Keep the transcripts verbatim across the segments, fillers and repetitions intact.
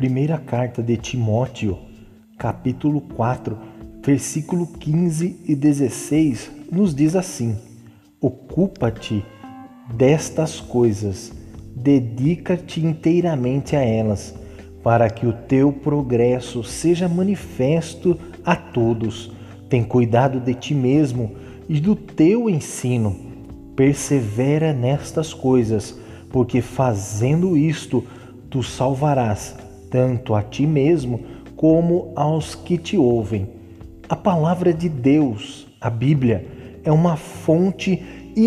Primeira carta de Timóteo, capítulo quatro, versículo quinze e dezesseis, nos diz assim: ocupa-te destas coisas, dedica-te inteiramente a elas, para que o teu progresso seja manifesto a todos. Tem cuidado de ti mesmo e do teu ensino. Persevera nestas coisas, porque fazendo isto, tu salvarás tanto a ti mesmo como aos que te ouvem. A palavra de Deus, a Bíblia, é uma fonte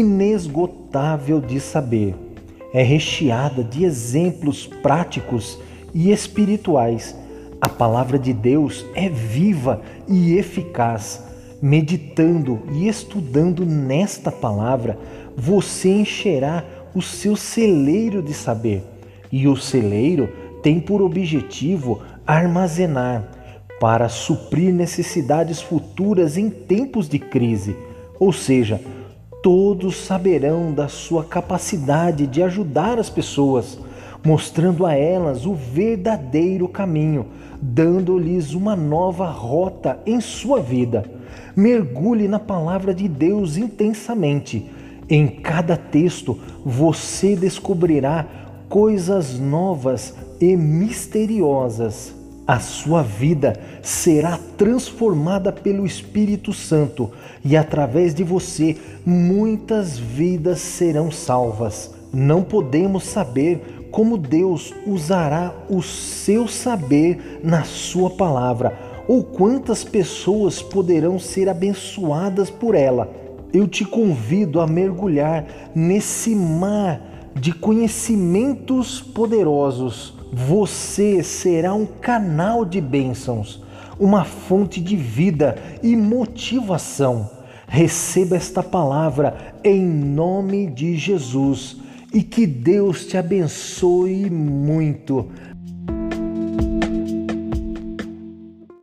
inesgotável de saber. É recheada de exemplos práticos e espirituais. A palavra de Deus é viva e eficaz. Meditando e estudando nesta palavra, você encherá o seu celeiro de saber. E o celeiro tem por objetivo armazenar para suprir necessidades futuras em tempos de crise. Ou seja, todos saberão da sua capacidade de ajudar as pessoas, mostrando a elas o verdadeiro caminho, dando-lhes uma nova rota em sua vida. Mergulhe na palavra de Deus intensamente. Em cada texto você descobrirá coisas novas e misteriosas. A sua vida será transformada pelo Espírito Santo e através de você muitas vidas serão salvas. Não podemos saber como Deus usará o seu saber na sua palavra ou quantas pessoas poderão ser abençoadas por ela. Eu te convido a mergulhar nesse mar de conhecimentos poderosos. Você será um canal de bênçãos, uma fonte de vida e motivação. Receba esta palavra em nome de Jesus e que Deus te abençoe muito.